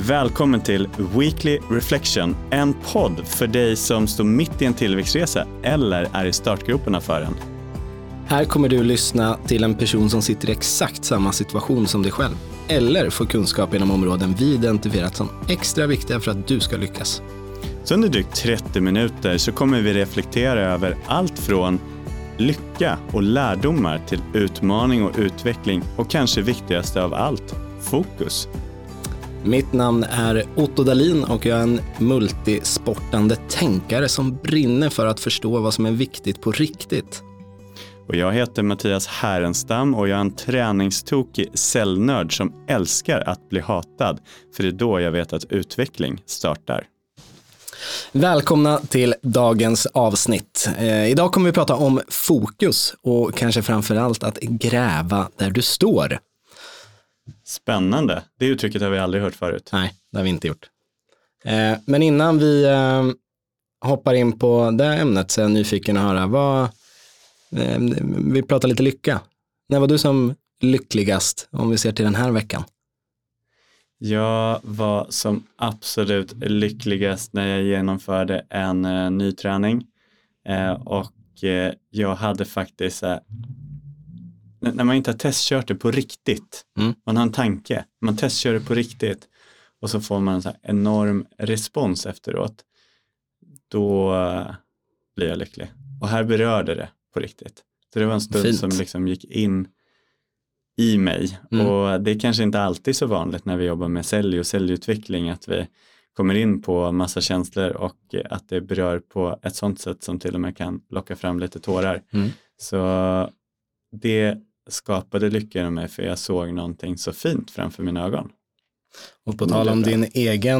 Välkommen till Weekly Reflection, en podd för dig som står mitt i en tillväxtresa eller är i startgroparna för den. Här kommer du lyssna till en person som sitter i exakt samma situation som dig själv eller får kunskap inom områden vi identifierat som extra viktiga för att du ska lyckas. Så under drygt 30 minuter så kommer vi reflektera över allt från lycka och lärdomar till utmaning och utveckling och kanske viktigaste av allt, fokus. Mitt namn är Otto Dahlin och jag är en multisportande tänkare som brinner för att förstå vad som är viktigt på riktigt. Och jag heter Mattias Härenstam och jag är en träningstokig cellnörd som älskar att bli hatad, för det är då jag vet att utveckling startar. Välkomna till dagens avsnitt. Idag kommer vi prata om fokus och kanske framförallt att gräva där du står. Spännande. Det uttrycket har vi aldrig hört förut. Nej, det har vi inte gjort. Men innan vi hoppar in på det ämnet så är jag nyfiken att höra vi pratar lite lycka. När var du som lyckligast om vi ser till den här veckan? Jag var som absolut lyckligast när jag genomförde en ny träning. Och jag hade faktiskt... när man inte har testkört det på riktigt. Man har en tanke. Man testkör det på riktigt. Och så får man en så här enorm respons efteråt. Då blir jag lycklig. Och här berörde det på riktigt. Så det var en stund Fint. som liksom gick in i mig. Och det är kanske inte alltid så vanligt när vi jobbar med sälj och säljutveckling att vi kommer in på massa känslor och att det berör på ett sånt sätt som till och med kan locka fram lite tårar. Så det skapade lycka i mig för jag såg någonting så fint framför mina ögon. Och på tal om din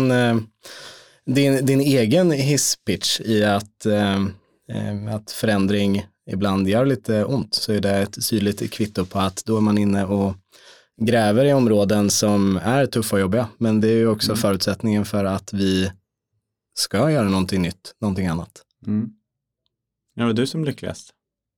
egen hisspitch i att förändring ibland gör lite ont, så är det ett tydligt kvitto på att då är man inne och gräver i områden som är tuffa och jobbiga, men det är ju också förutsättningen för att vi ska göra någonting nytt, någonting annat. Ja, var du som lyckligast?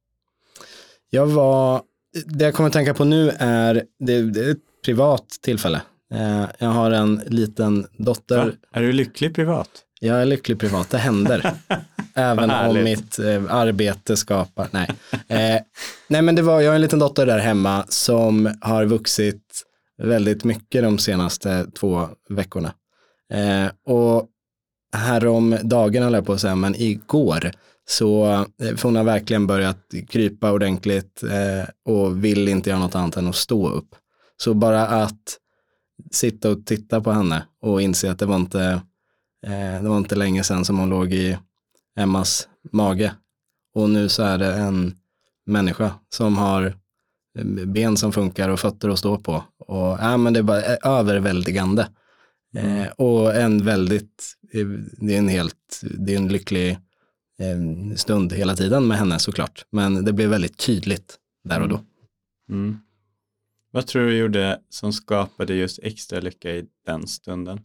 Det jag kommer att tänka på nu är ett privat tillfälle. Jag har en liten dotter. Va? Är du lycklig privat? Jag är lycklig privat, det händer. Även om mitt arbete skapar. Nej, men jag har en liten dotter där hemma som har vuxit väldigt mycket de senaste 2 veckorna. Och härom dagen höll jag på att säga, men igår så hon har verkligen börjat krypa ordentligt och vill inte göra något annat än att stå upp. Så bara att sitta och titta på henne och inse att det var inte länge sedan som hon låg i Emmas mage. Och nu så är det en människa som har ben som funkar och fötter att stå på. Och men det är bara överväldigande. Och det är en lycklig stund hela tiden med henne såklart. Men det blev väldigt tydligt där och då. Vad tror du gjorde som skapade just extra lycka i den stunden?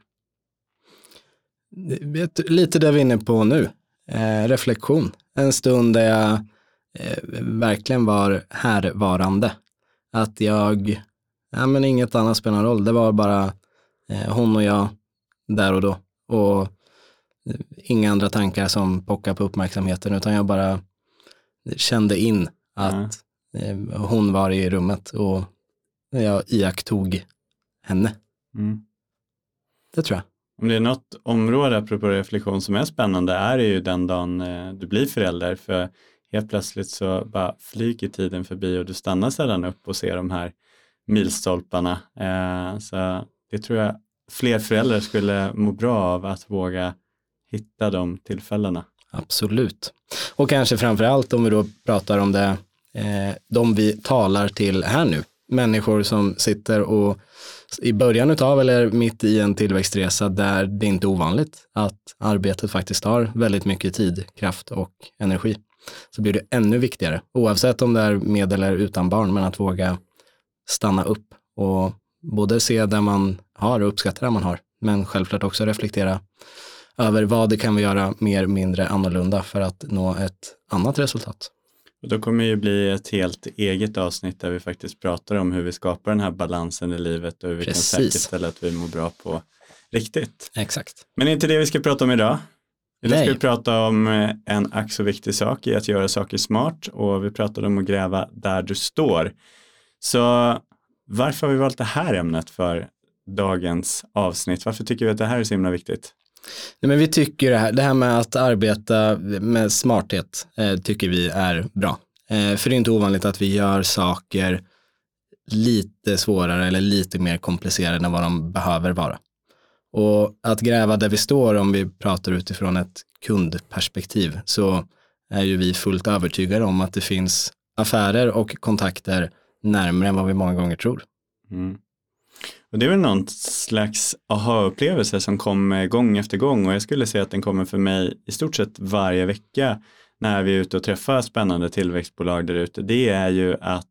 Lite där vi är inne på nu. Reflektion. En stund där jag verkligen var härvarande. Att inget annat spelar roll. Det var bara hon och jag där och då. Och inga andra tankar som pockar på uppmärksamheten, utan jag bara kände in att hon var i rummet och jag iakttog henne. Det tror jag. Om det är något område apropå reflektion som är spännande är det ju den dagen du blir förälder, för helt plötsligt så bara flyger tiden förbi och du stannar sedan upp och ser de här milstolparna. Så det tror jag fler föräldrar skulle må bra av, att våga hitta de tillfällena. Absolut. Och kanske framförallt om vi då pratar om det, de vi talar till här nu. Människor som sitter och i början utav eller mitt i en tillväxtresa där det inte är ovanligt att arbetet faktiskt tar väldigt mycket tid, kraft och energi. Så blir det ännu viktigare, oavsett om det är med eller utan barn, men att våga stanna upp och både se där man har och uppskatta där man har, men självklart också reflektera över vad det kan vi göra mer, mindre, annorlunda för att nå ett annat resultat. Och då kommer det ju bli ett helt eget avsnitt där vi faktiskt pratar om hur vi skapar den här balansen i livet och hur vi kan säkerställa att vi mår bra på Riktigt. Exakt. Men inte det vi ska prata om idag. Idag ska Nej. vi prata om en ack så viktig sak i att göra saker smart, och vi pratade om att gräva där du står. Så varför har vi valt det här ämnet för dagens avsnitt? Varför tycker vi att det här är så himla viktigt? Nej, men vi tycker det här med att arbeta med smarthet tycker vi är bra. För det är inte ovanligt att vi gör saker lite svårare eller lite mer komplicerade än vad de behöver vara. Och att gräva där vi står, om vi pratar utifrån ett kundperspektiv, så är ju vi fullt övertygade om att det finns affärer och kontakter närmare än vad vi många gånger tror. Mm. Och det är väl någon slags aha-upplevelse som kommer gång efter gång, och jag skulle säga att den kommer för mig i stort sett varje vecka när vi är ute och träffar spännande tillväxtbolag där ute. Det är ju att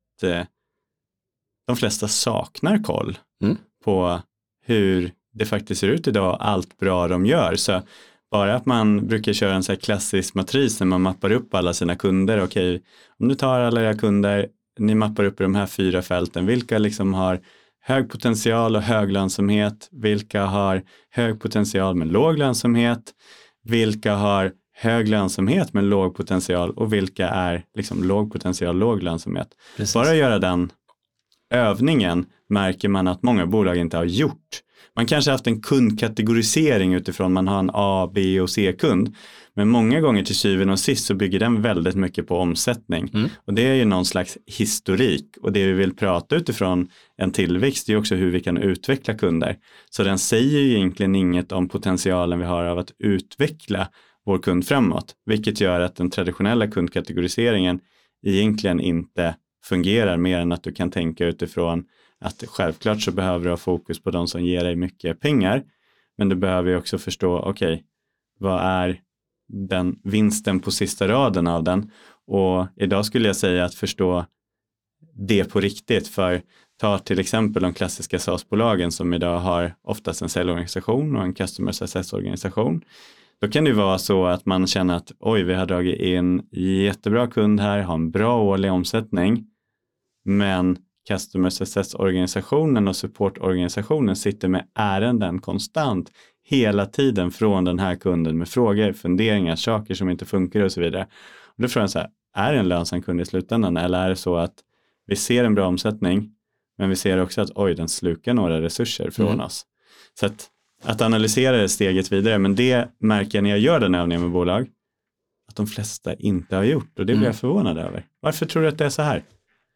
de flesta saknar koll på hur det faktiskt ser ut idag, allt bra de gör. Så bara att man brukar köra en så här klassisk matris när man mappar upp alla sina kunder. Okej, om du tar alla era kunder, ni mappar upp i de här 4 fälten. Vilka liksom har hög potential och hög lönsamhet? Vilka har hög potential med låg lönsamhet? Vilka har hög lönsamhet med låg potential? Och vilka är liksom låg potential, låg lönsamhet? Precis. Bara göra den övningen märker man att många bolag inte har gjort. Man kanske haft en kundkategorisering utifrån man har en A, B och C-kund. Men många gånger till syvende och sist så bygger den väldigt mycket på omsättning. Och det är ju någon slags historik. Och det vi vill prata utifrån en tillväxt är också hur vi kan utveckla kunder. Så den säger ju egentligen inget om potentialen vi har av att utveckla vår kund framåt. Vilket gör att den traditionella kundkategoriseringen egentligen inte fungerar mer än att du kan tänka utifrån att självklart så behöver du ha fokus på de som ger dig mycket pengar. Men du behöver ju också förstå, okej, vad är den vinsten på sista raden av den? Och idag skulle jag säga att förstå det på riktigt. För ta till exempel de klassiska SaaS-bolagen som idag har oftast en säljorganisation och en customer success-organisation. Då kan det vara så att man känner att oj, vi har dragit in jättebra kund här, har en bra årlig omsättning. Men customer success-organisationen och supportorganisationen sitter med ärenden konstant hela tiden från den här kunden med frågor, funderingar, saker som inte funkar och så vidare. Och då frågar jag så här, är det en lönsam kund i slutändan, eller är det så att vi ser en bra omsättning men vi ser också att oj, den slukar några resurser från oss. Så att analysera det steget vidare, men det märker jag när jag gör den övningen med bolag att de flesta inte har gjort, och det blir jag förvånad över. Varför tror du att det är så här?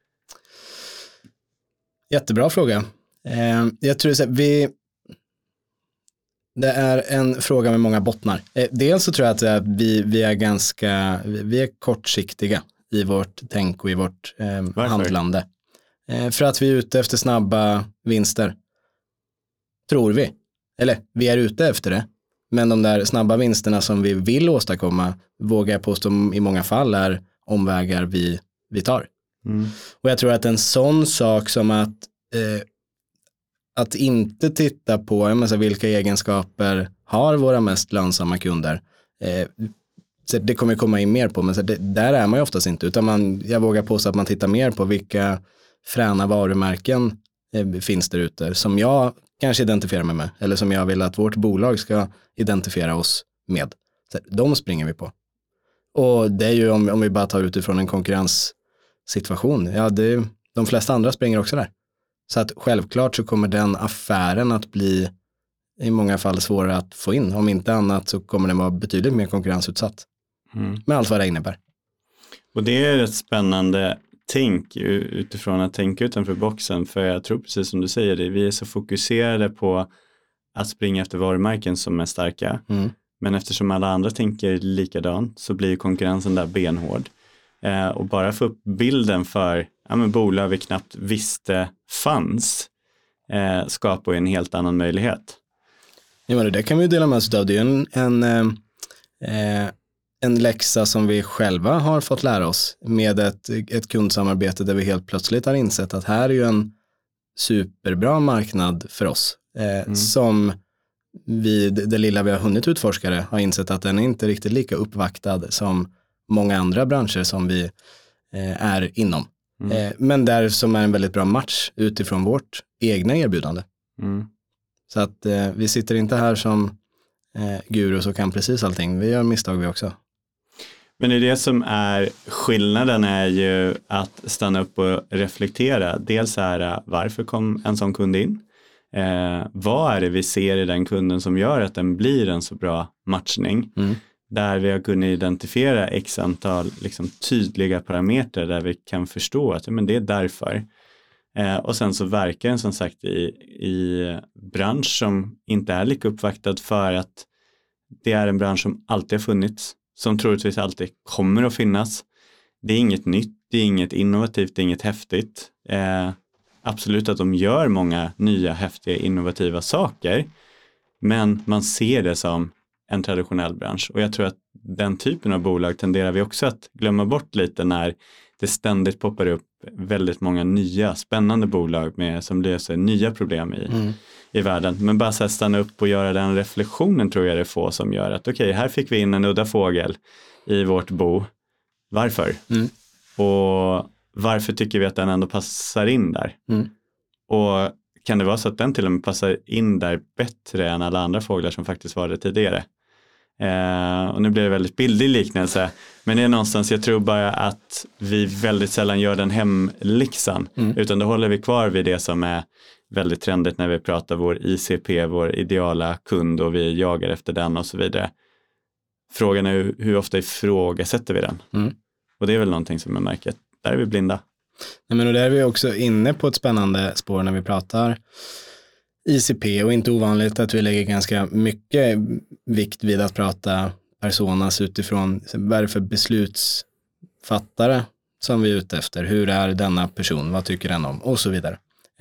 Jättebra fråga. Jag tror att det är en fråga med många bottnar. Dels så tror jag att vi är kortsiktiga i vårt tänk och i vårt handlande. För att vi är ute efter snabba vinster. Tror vi. Eller vi är ute efter det. Men de där snabba vinsterna som vi vill åstadkomma, vågar jag påstå i många fall, är omvägar vi tar. Och jag tror att en sån sak som att inte titta på vilka egenskaper har våra mest lönsamma kunder, så det kommer komma in mer på, men så där är man ju oftast inte, utan jag vågar påstå att man tittar mer på vilka fräna varumärken finns där ute som jag kanske identifierar mig med, eller som jag vill att vårt bolag ska identifiera oss med. Så de springer vi på. Och det är ju om vi bara tar utifrån en konkurrenssituation, de flesta andra springer också där. Så att självklart så kommer den affären att bli i många fall svårare att få in. Om inte annat så kommer den vara betydligt mer konkurrensutsatt. Med allt vad det innebär. Och det är ett spännande tänk utifrån att tänka utanför boxen. För jag tror precis som du säger det, vi är så fokuserade på att springa efter varumärken som är starka. Men eftersom alla andra tänker likadant så blir konkurrensen där benhård. Och bara få upp bilden för bolag vi knappt visste fanns skapar en helt annan möjlighet. Ja, men det kan vi ju dela med oss av. Det är en läxa som vi själva har fått lära oss med ett kundsamarbete där vi helt plötsligt har insett att här är ju en superbra marknad för oss. Som det lilla vi har hunnit utforska det, har insett att den är inte riktigt lika uppvaktad som många andra branscher som vi är inom. Men där som är en väldigt bra match utifrån vårt egna erbjudande. Så att vi sitter inte här som gurus och kan precis allting. Vi gör misstag vi också. Men det som är skillnaden är ju att stanna upp och reflektera. Dels är varför kom en sån kund in? Vad är det vi ser i den kunden som gör att den blir en så bra matchning? Där vi har kunnat identifiera x antal liksom, tydliga parametrar där vi kan förstå att men det är därför. Och sen så verkar den som sagt i bransch som inte är lika uppvaktad för att det är en bransch som alltid har funnits. Som troligtvis alltid kommer att finnas. Det är inget nytt, det är inget innovativt, det är inget häftigt. Absolut att de gör många nya, häftiga, innovativa saker. Men man ser det som en traditionell bransch. Och jag tror att den typen av bolag tenderar vi också att glömma bort lite när det ständigt poppar upp väldigt många nya, spännande bolag som löser nya problem i världen. Men bara så här stanna upp och göra den reflektionen tror jag det är få som gör att okej, här fick vi in en udda fågel i vårt bo. Varför? Och varför tycker vi att den ändå passar in där? Och kan det vara så att den till och med passar in där bättre än alla andra fåglar som faktiskt var det tidigare? Och nu blir det väldigt bildig liknelse, men det är någonstans jag tror bara att vi väldigt sällan gör den hemläxan, utan då håller vi kvar vid det som är väldigt trendigt när vi pratar vår ICP, vår ideala kund, och vi jagar efter den och så vidare. Frågan är hur ofta ifrågasätter vi den? Och det är väl någonting som jag märker att där är vi blinda. Nej, men och där är vi också inne på ett spännande spår när vi pratar ICP, och inte ovanligt att vi lägger ganska mycket vikt vid att prata personas utifrån vad är det för beslutsfattare som vi är ute efter, hur är denna person, vad tycker den om och så vidare.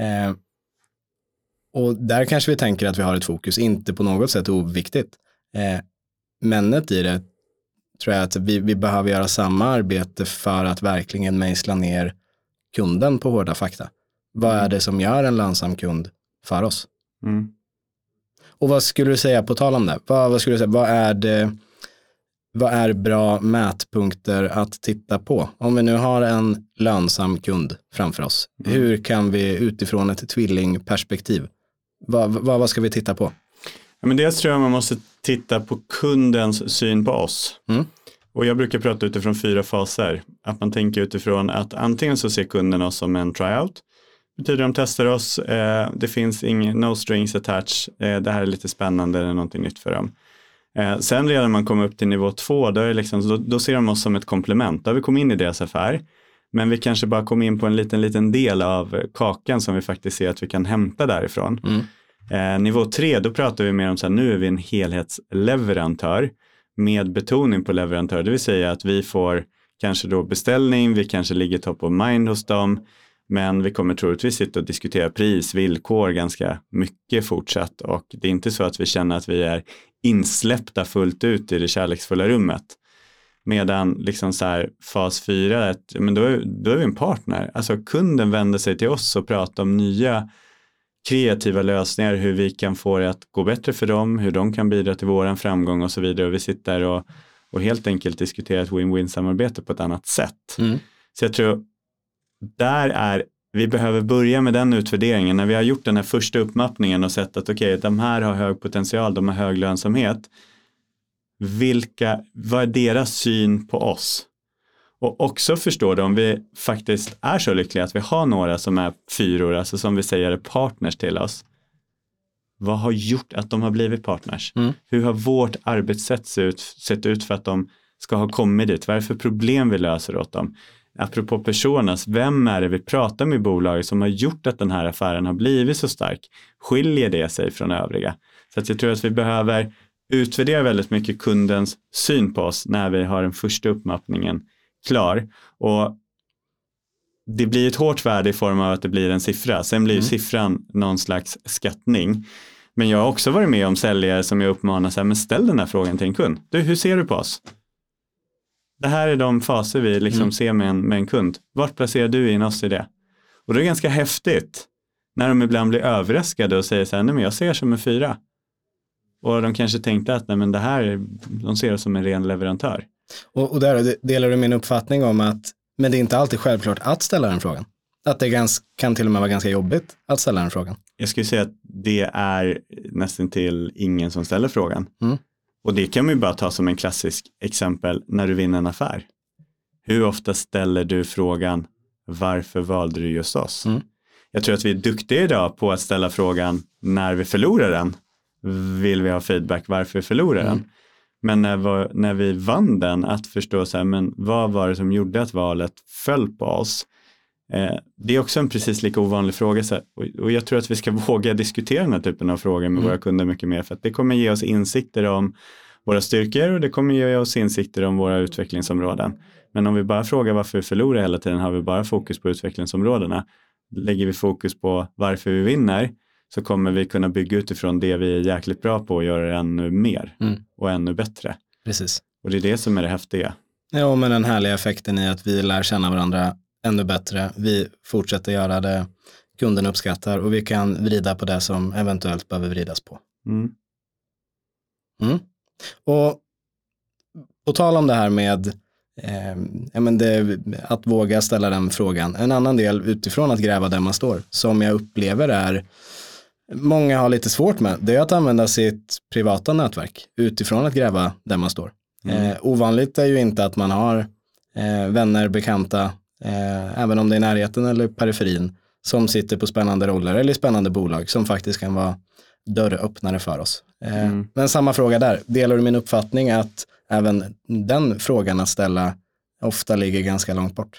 Och där kanske vi tänker att vi har ett fokus, inte på något sätt oviktigt. Männet i det tror jag att vi behöver göra samma arbete för att verkligen mejsla ner kunden på hårda fakta. Vad är det som gör en lönsam kund för oss? Och vad skulle du säga på tal om det? Vad skulle du säga? Vad är bra mätpunkter att titta på? Om vi nu har en lönsam kund framför oss, hur kan vi utifrån ett tvillingperspektiv, vad ska vi titta på? Ja, men dels tror jag man måste titta på kundens syn på oss. Och jag brukar prata utifrån 4 faser. Att man tänker utifrån att antingen så ser kunden oss som en tryout. Betyder de testar oss, det finns no strings attached, det här är lite spännande, det är någonting nytt för dem. Sen redan man kommer upp till nivå 2, då, är det liksom, då ser de oss som ett komplement. Då har vi kommit in i deras affär, men vi kanske bara kommer in på en liten del av kakan som vi faktiskt ser att vi kan hämta därifrån. Nivå 3, då pratar vi mer om så här, nu är vi en helhetsleverantör med betoning på leverantör. Det vill säga att vi får kanske då beställning, vi kanske ligger top of mind hos dem, men vi kommer troligtvis sitta och diskutera pris, villkor ganska mycket fortsatt, och det är inte så att vi känner att vi är insläppta fullt ut i det kärleksfulla rummet. Medan liksom så här, fas 4, men då är vi en partner. Alltså kunden vänder sig till oss och pratar om nya kreativa lösningar, hur vi kan få det att gå bättre för dem, hur de kan bidra till våran framgång och så vidare. Och vi sitter och helt enkelt diskuterar ett win-win-samarbete på ett annat sätt. Så jag tror vi behöver börja med den utvärderingen. När vi har gjort den här första uppmappningen och sett att okej, de här har hög potential, de har hög lönsamhet. Vad är deras syn på oss? Och också förstå det, om vi faktiskt är så lyckliga att vi har några som är 4, alltså som vi säger är partners till oss. Vad har gjort att de har blivit partners? Hur har vårt arbetssätt sett ut för att de ska ha kommit dit? Vad är det för problem vi löser åt dem? Apropå personas, vem är det vi pratar med i bolaget som har gjort att den här affären har blivit så stark? Skiljer det sig från övriga? Så att jag tror att vi behöver utvärdera väldigt mycket kundens syn på oss när vi har den första uppmappningen klar. Och det blir ett hårt värde i form av att det blir en siffra. Sen blir ju siffran någon slags skattning. Men jag har också varit med om säljare som jag uppmanar så här, men ställ den här frågan till en kund. Du, hur ser du på oss? Det här är de faser vi liksom ser med en kund. Vart placerar du in oss i det? Och det är ganska häftigt när de ibland blir överraskade och säger så här, nej men jag ser som en 4. Och de kanske tänkte att nej men det här, de ser oss som en ren leverantör. Och där delar du min uppfattning om att, men det är inte alltid självklart att ställa den frågan. Att det kan till och med vara ganska jobbigt att ställa den frågan. Jag skulle säga att det är nästan till ingen som ställer frågan. Och det kan man ju bara ta som en klassisk exempel när du vinner en affär. Hur ofta ställer du frågan, varför valde du just oss? Jag tror att vi är duktiga idag på att ställa frågan när vi förlorar den. Vill vi ha feedback varför vi förlorar den? Men när vi vann den, att förstå så här, men vad var det som gjorde att valet föll på oss? Det är också en precis lika ovanlig fråga. Så här, och jag tror att vi ska våga diskutera den här typen av frågor med våra kunder mycket mer. För att det kommer ge oss insikter om våra styrkor och det kommer ge oss insikter om våra utvecklingsområden. Men om vi bara frågar varför vi förlorar hela tiden, har vi bara fokus på utvecklingsområdena. Lägger vi fokus på varför vi vinner, så kommer vi kunna bygga utifrån det vi är jäkligt bra på och göra det ännu mer och ännu bättre. Precis. Och det är det som är det häftiga. Ja, men den härliga effekten i att vi lär känna varandra ännu bättre. Vi fortsätter göra det kunden uppskattar och vi kan vrida på det som eventuellt behöver vridas på. Och på tal om det här med att våga ställa den frågan. En annan del utifrån att gräva där man står, som jag upplever är många har lite svårt med, det är att använda sitt privata nätverk utifrån att gräva där man står. Ovanligt är ju inte att man har vänner, bekanta, även om det är närheten eller periferin, som sitter på spännande roller eller spännande bolag som faktiskt kan vara dörröppnare för oss. Men samma fråga där, delar du min uppfattning att även den frågan att ställa ofta ligger ganska långt bort?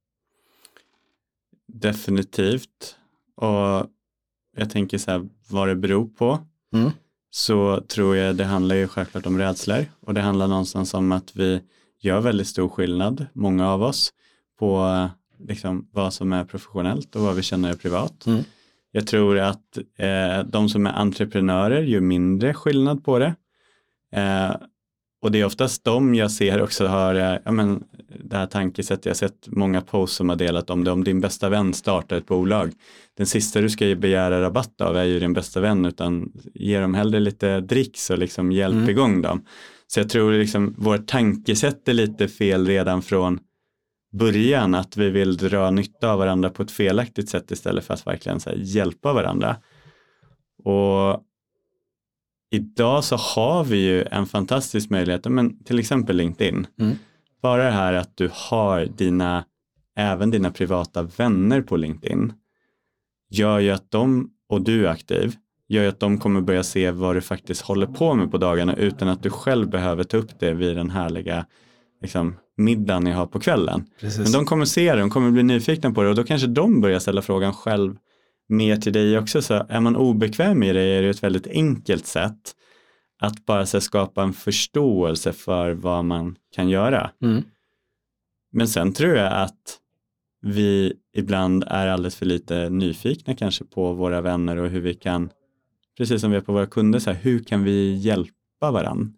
Definitivt. Och jag tänker så här, vad det beror på. Så tror jag det handlar ju självklart om rädslor. Och det handlar någonstans om att vi gör väldigt stor skillnad, många av oss, på liksom vad som är professionellt och vad vi känner är privat. Jag tror att de som är entreprenörer gör mindre skillnad på det. Och det är oftast de jag ser också har det här tankesättet. Jag har sett många posts som har delat om det. Om din bästa vän startar ett bolag, den sista du ska begära rabatt av är ju din bästa vän, utan ge dem hellre lite dricks och liksom hjälp igång dem. Så jag tror liksom vårt tankesätt är lite fel redan från början, att vi vill dra nytta av varandra på ett felaktigt sätt istället för att verkligen så här, hjälpa varandra. Och idag så har vi ju en fantastisk möjlighet, men till exempel LinkedIn. Bara det här att du har även dina privata vänner på LinkedIn gör ju att och du är aktiv, gör ju att de kommer börja se vad du faktiskt håller på med på dagarna utan att du själv behöver ta upp det vid den härliga liksom, middagen ni har på kvällen. Precis. Men de kommer se det, de kommer bli nyfikna på det och då kanske de börjar ställa frågan själv mer till dig också. Så är man obekväm i det är det ett väldigt enkelt sätt att bara så skapa en förståelse för vad man kan göra. Men sen tror jag att vi ibland är alldeles för lite nyfikna kanske på våra vänner och hur vi kan, precis som vi är på våra kunder, så här, hur kan vi hjälpa varandra?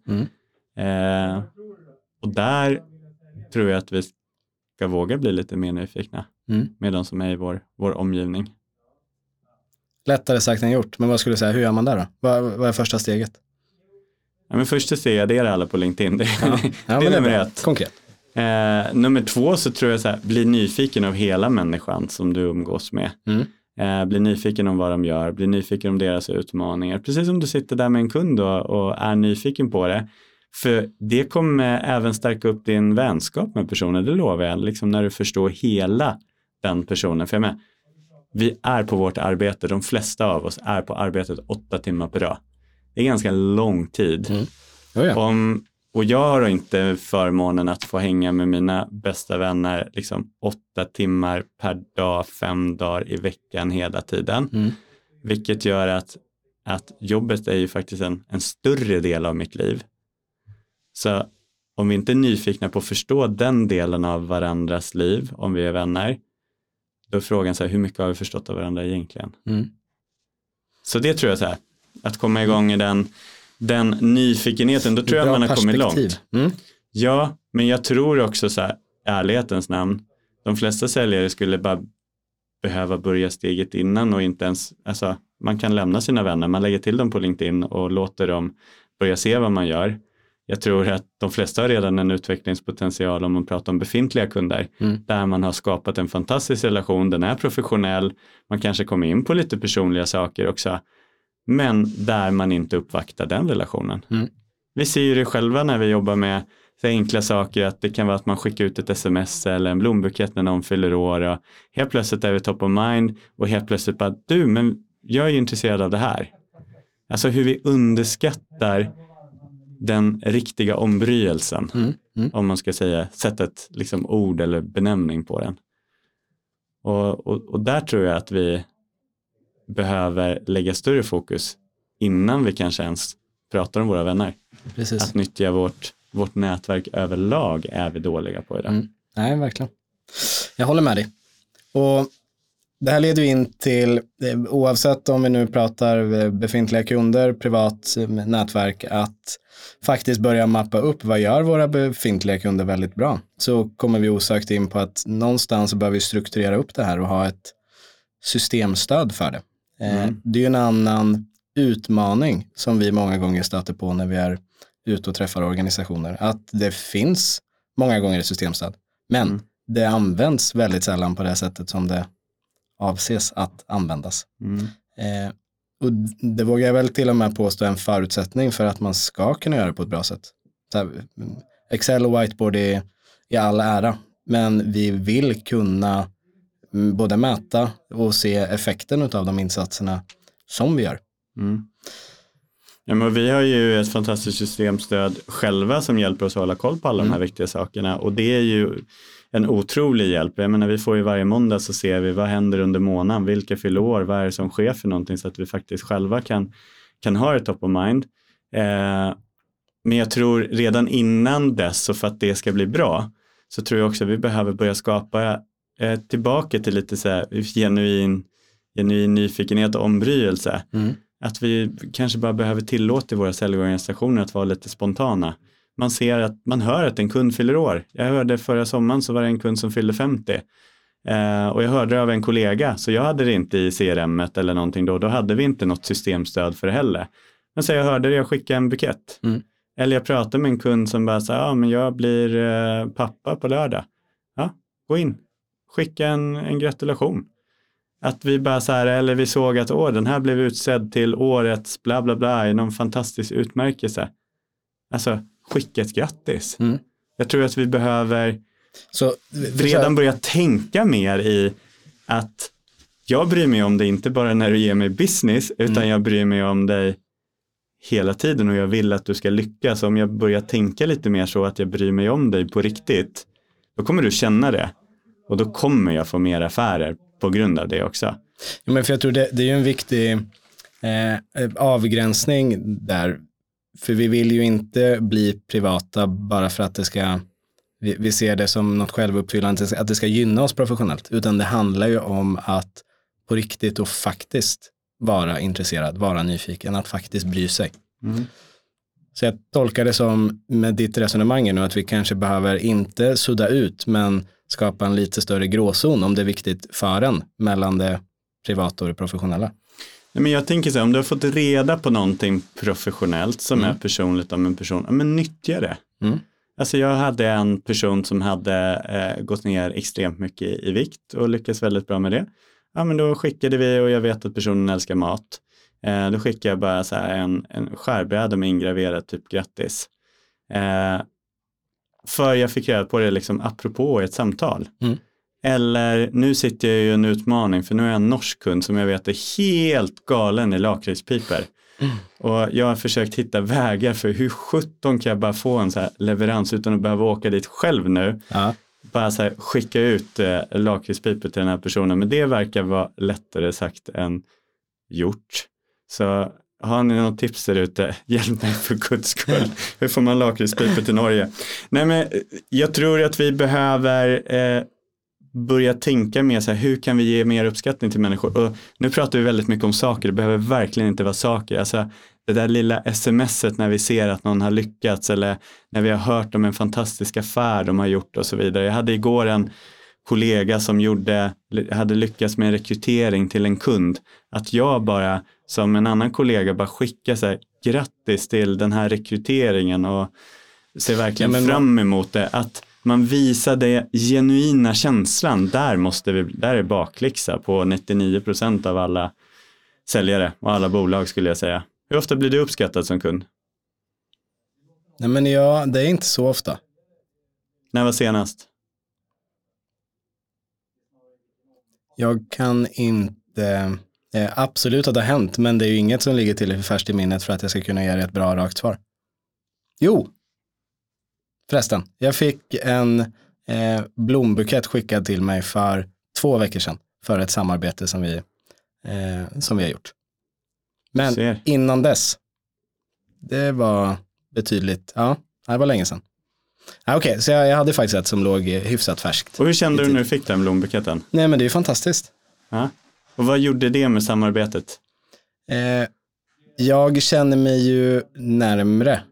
Och där tror jag att vi ska våga bli lite mer nyfikna med de som är i vår omgivning. Lättare sagt än gjort, men vad skulle du säga, hur gör man där då? Vad är första steget? Ja, men första steget är alla på LinkedIn. Det är nummer 1. Konkret. Nummer 2 så tror jag så här, bli nyfiken av hela människan som du umgås med. Bli nyfiken om vad de gör, bli nyfiken om deras utmaningar. Precis som du sitter där med en kund och är nyfiken på det. För det kommer även stärka upp din vänskap med personen, det lovar jag. Liksom när du förstår hela den personen. För jag menar, vi är på vårt arbete, de flesta av oss är på arbetet 8 timmar per dag. Det är ganska lång tid. Och jag har inte förmånen att få hänga med mina bästa vänner liksom 8 timmar per dag, 5 dagar i veckan hela tiden. Vilket gör att jobbet är ju faktiskt en större del av mitt liv. Så om vi inte är nyfikna på att förstå den delen av varandras liv, om vi är vänner, då är frågan så här, hur mycket har vi förstått av varandra egentligen? Så det tror jag så här, att komma igång i den nyfikenheten, då tror jag man har kommit långt. Ja, men jag tror också så här, ärlighetens namn, de flesta säljare skulle bara behöva börja steget innan och inte ens, alltså man kan lämna sina vänner, man lägger till dem på LinkedIn och låter dem börja se vad man gör. Jag tror att de flesta har redan en utvecklingspotential om man pratar om befintliga kunder. Där man har skapat en fantastisk relation, den är professionell, man kanske kommer in på lite personliga saker också. Men där man inte uppvaktar den relationen. Vi ser ju det själva när vi jobbar med så enkla saker, att det kan vara att man skickar ut ett sms eller en blombukett när någon fyller år, och helt plötsligt är vi top of mind och helt plötsligt bara, du, men jag är ju intresserad av det här. Alltså hur vi underskattar den riktiga ombryelsen, om man ska säga, sätta ett liksom ord eller benämning på den. Och där tror jag att vi behöver lägga större fokus innan vi kanske ens pratar om våra vänner. Precis. Att nyttja vårt nätverk överlag är vi dåliga på idag. Nej, verkligen. Jag håller med dig. Och det här leder ju in till, oavsett om vi nu pratar befintliga kunder, privat nätverk, att faktiskt börja mappa upp vad gör våra befintliga kunder väldigt bra. Så kommer vi osökt in på att någonstans behöver vi strukturera upp det här och ha ett systemstöd för det. Det är ju en annan utmaning som vi många gånger stöter på när vi är ute och träffar organisationer. Att det finns många gånger ett systemstöd, men det används väldigt sällan på det sättet som det avses att användas. Och det vågar jag väl till och med påstå en förutsättning för att man ska kunna göra det på ett bra sätt. Excel och whiteboard är i all ära, men vi vill kunna både mäta och se effekten av de insatserna som vi gör. Ja, men vi har ju ett fantastiskt systemstöd själva som hjälper oss att hålla koll på alla de här viktiga sakerna, och det är ju en otrolig hjälp. Jag menar, vi får ju varje måndag så ser vi vad händer under månaden, vilka fyller år, vad är det som sker för någonting, så att vi faktiskt själva kan ha det top of mind. Men jag tror redan innan dess, så för att det ska bli bra, så tror jag också att vi behöver börja skapa tillbaka till lite så här genuin nyfikenhet och ombryelse. Att vi kanske bara behöver tillåta våra säljorganisationer att vara lite spontana. Man hör att en kund fyller år. Jag hörde förra sommaren så var det en kund som fyllde 50. Och jag hörde det av en kollega, så jag hade det inte i CRM-et eller någonting då. Då hade vi inte något systemstöd för det heller. Men så jag hörde det, jag skickade en bukett. Eller jag pratade med en kund som bara sa, men jag blir pappa på lördag. Ja, gå in. Skicka en gratulation. Att vi bara så här, eller vi såg att den här blev utsedd till årets bla bla bla i någon fantastisk utmärkelse. Alltså, skicka ett grattis. Jag tror att vi behöver redan börja tänka mer i att jag bryr mig om dig inte bara när du ger mig business, utan jag bryr mig om dig hela tiden och jag vill att du ska lyckas. Om jag börjar tänka lite mer så att jag bryr mig om dig på riktigt, då kommer du känna det. Och då kommer jag få mer affärer på grund av det också. Ja, men för jag tror det är ju en viktig avgränsning där. För vi vill ju inte bli privata bara för att det ska, vi ser det som något självuppfyllande, att det ska gynna oss professionellt. Utan det handlar ju om att på riktigt och faktiskt vara intresserad, vara nyfiken, att faktiskt bry sig. Så jag tolkar det som med ditt resonemang nu att vi kanske behöver inte sudda ut, men skapa en lite större gråzon om det är viktigt för en mellan det privata och det professionella. Nej, men jag tänker så här, om du har fått reda på någonting professionellt som är personligt om en person, men nyttja det. Alltså jag hade en person som hade gått ner extremt mycket i vikt och lyckats väldigt bra med det. Ja, men då skickade vi, och jag vet att personen älskar mat. Då skickade jag bara så här en skärbräda med ingraverat typ grattis. För jag fick reda på det liksom apropå ett samtal. Eller nu sitter jag i en utmaning, för nu är jag en norsk kund som jag vet är helt galen i lakritspiper. Och jag har försökt hitta vägar för hur 17 kan jag bara få en så här leverans utan att behöva åka dit själv nu. Bara så här, skicka ut lakritspiper till den här personen. Men det verkar vara lättare sagt än gjort. Så har ni något tips där ute? Hjälp mig för Guds skull. Hur får man lakritspiper till Norge? Nej, men jag tror att vi behöver börja tänka mer så här, hur kan vi ge mer uppskattning till människor? Och nu pratar vi väldigt mycket om saker, det behöver verkligen inte vara saker. Alltså det där lilla smset när vi ser att någon har lyckats, eller när vi har hört om en fantastisk affär de har gjort och så vidare. Jag hade igår en kollega som hade lyckats med en rekrytering till en kund, att jag bara som en annan kollega bara skickar så här, grattis till den här rekryteringen och ser verkligen fram emot det, att man visar det genuina känslan, där är bakläxa på 99% av alla säljare och alla bolag skulle jag säga. Hur ofta blir du uppskattad som kund? Nej, men det är inte så ofta. När var senast? Jag kan inte, absolut att det har hänt, men det är ju inget som ligger till färskt i minnet för att jag ska kunna ge dig ett bra rakt svar. Jo, förresten, jag fick en blombukett skickad till mig för 2 veckor sedan för ett samarbete som vi har gjort. Men innan dess, det var betydligt, det var länge sedan. Okej, så jag hade faktiskt ett som låg hyfsat färskt. Och hur kände du när du fick den blombuketten? Nej, men det är ju fantastiskt. Ja. Och vad gjorde det med samarbetet? Jag känner mig ju närmre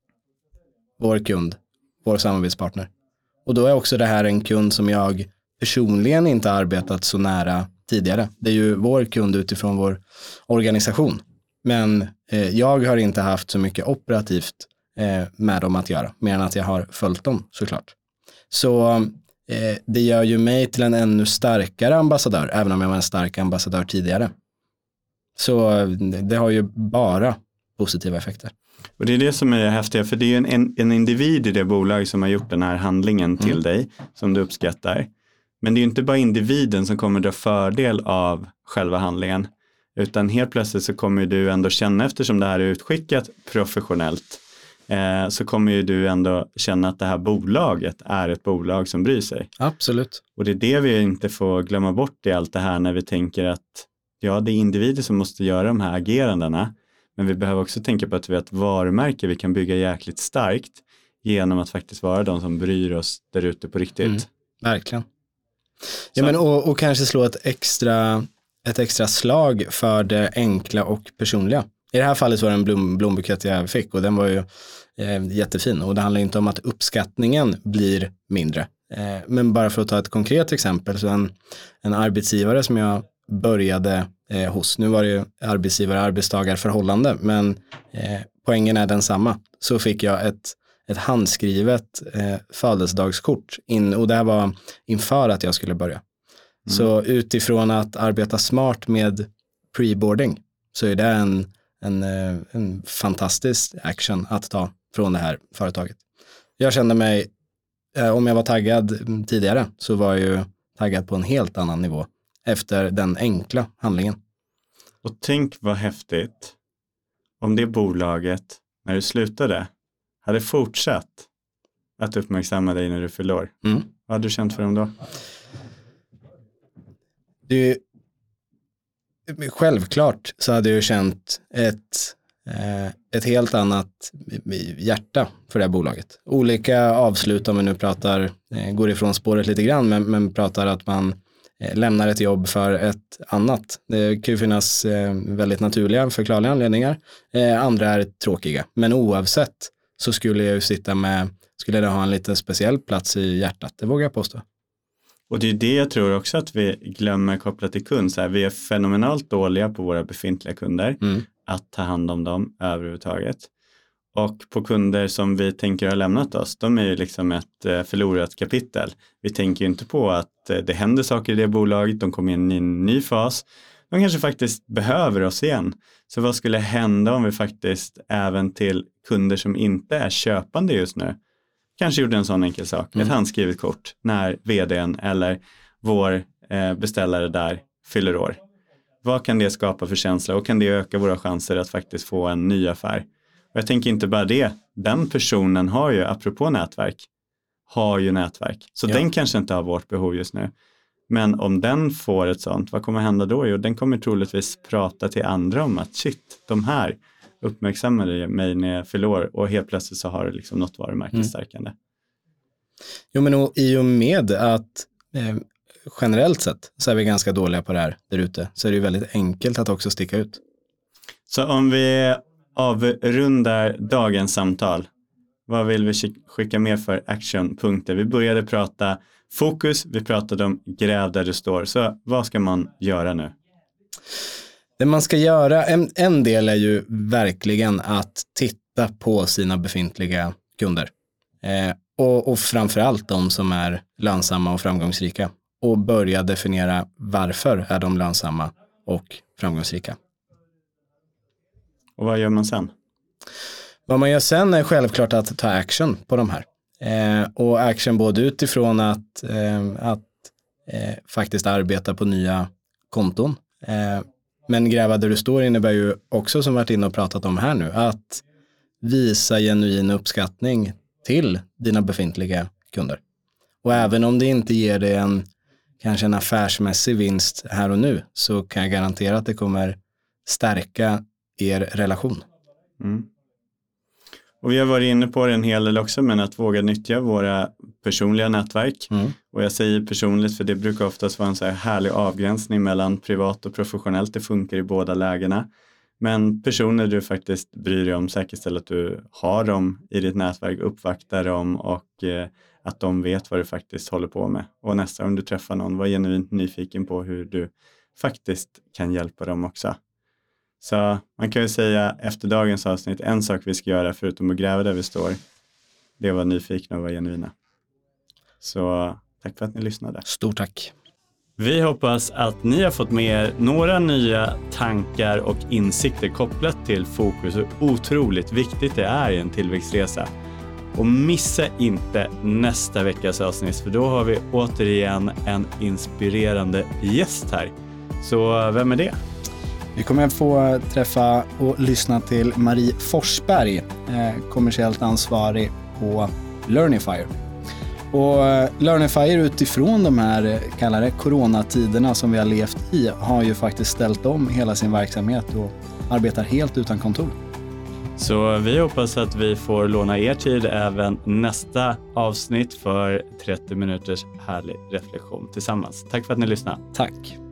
vår kund, vår samarbetspartner. Och då är också det här en kund som jag personligen inte arbetat så nära tidigare. Det är ju vår kund utifrån vår organisation. Men jag har inte haft så mycket operativt med dem att göra, mer än att jag har följt dem såklart. Så det gör ju mig till en ännu starkare ambassadör, även om jag var en stark ambassadör tidigare. Så det har ju bara positiva effekter. Och det är det som är häftigt, för det är ju en individ i det bolag som har gjort den här handlingen till dig, som du uppskattar. Men det är ju inte bara individen som kommer dra fördel av själva handlingen, utan helt plötsligt så kommer du ändå känna, eftersom det här är utskickat professionellt, så kommer ju du ändå känna att det här bolaget är ett bolag som bryr sig. Absolut. Och det är det vi inte får glömma bort i allt det här, när vi tänker att det är individer som måste göra de här agerandena. Men vi behöver också tänka på att vi har ett varumärke vi kan bygga jäkligt starkt genom att faktiskt vara de som bryr oss där ute på riktigt. Verkligen. Ja, men och kanske slå ett extra slag för det enkla och personliga. I det här fallet var det en blombukett jag fick, och den var ju jättefin. Och det handlar inte om att uppskattningen blir mindre. Men bara för att ta ett konkret exempel, så en arbetsgivare som jag började hos, nu var det ju arbetsgivare-arbetstagarförhållande, men poängen är densamma. Så fick jag ett handskrivet födelsedagskort och det här var inför att jag skulle börja. Så utifrån att arbeta smart med preboarding, så är det en fantastisk action att ta från det här företaget. Jag kände mig, om jag var taggad tidigare, så var jag ju taggad på en helt annan nivå efter den enkla handlingen. Och tänk vad häftigt om det bolaget, när du slutade, hade fortsatt att uppmärksamma dig när du förlor. Vad hade du känt för dem då? Självklart så hade jag känt ett helt annat hjärta för det här bolaget. Olika avslut, om vi nu går ifrån spåret lite grann, men pratar att man lämnar ett jobb för ett annat. Det kan ju finnas väldigt naturliga, förklarliga anledningar. Andra är tråkiga. Men oavsett så skulle det ha en lite speciell plats i hjärtat, det vågar jag påstå. Och det är det jag tror också att vi glömmer kopplat till kund. Så här, vi är fenomenalt dåliga på våra befintliga kunder att ta hand om dem överhuvudtaget. Och på kunder som vi tänker har lämnat oss, de är ju liksom ett förlorat kapitel. Vi tänker ju inte på att det händer saker i det bolaget, de kommer in i en ny fas. De kanske faktiskt behöver oss igen. Så vad skulle hända om vi faktiskt även till kunder som inte är köpande just nu kanske gjorde en sån enkel sak, ett handskrivet kort när vdn eller vår beställare där fyller år. Vad kan det skapa för känsla och kan det öka våra chanser att faktiskt få en ny affär? Och jag tänker inte bara det, den personen har ju, apropå nätverk, Så den kanske inte har vårt behov just nu. Men om den får ett sånt, vad kommer hända då? Jo, den kommer troligtvis prata till andra om att shit, de här uppmärksammade mig när jag förlor, och helt plötsligt så har det liksom något varumärkesstärkande. Jo, men i och med att generellt sett så är vi ganska dåliga på det här där ute, så är det ju väldigt enkelt att också sticka ut. Så om vi avrundar dagens samtal, vad vill vi skicka mer för actionpunkter? Vi började prata fokus, vi pratade om gräv där du står. Så vad ska man göra nu? Det man ska göra, en del är ju verkligen att titta på sina befintliga kunder. Och framförallt de som är lönsamma och framgångsrika. Och börja definiera varför är de lönsamma och framgångsrika. Och vad gör man sen? Vad man gör sen är självklart att ta action på de här. Och action både utifrån att faktiskt arbeta på nya konton. Men gräva där du står innebär ju också, som vi varit inne och pratat om här nu, att visa genuin uppskattning till dina befintliga kunder. Och även om det inte ger dig kanske en affärsmässig vinst här och nu, så kan jag garantera att det kommer stärka er relation. Mm. Och vi har varit inne på det en hel del också, men att våga nyttja våra personliga nätverk. Mm. Och jag säger personligt för det brukar oftast vara en så här härlig avgränsning mellan privat och professionellt. Det funkar i båda lägena. Men personer du faktiskt bryr dig om, säkerställ att du har dem i ditt nätverk, uppvaktar dem och att de vet vad du faktiskt håller på med. Och nästa gång du träffar någon, var genuint nyfiken på hur du faktiskt kan hjälpa dem också. Så man kan ju säga efter dagens avsnitt, en sak vi ska göra förutom att gräva där vi står, det var nyfikna och vara genuina. Så tack för att ni lyssnade. Stort tack. Vi hoppas att ni har fått med er några nya tankar och insikter kopplat till fokus och otroligt viktigt det är i en tillväxtresa. Och missa inte nästa veckas avsnitt, för då har vi återigen en inspirerande gäst här. Så vem är det? Vi kommer att få träffa och lyssna till Marie Forsberg, kommersiellt ansvarig på Learnifier. Och Learnifier utifrån de här kallade coronatiderna som vi har levt i har ju faktiskt ställt om hela sin verksamhet och arbetar helt utan kontor. Så vi hoppas att vi får låna er tid även nästa avsnitt för 30 minuters härlig reflektion tillsammans. Tack för att ni lyssnade. Tack.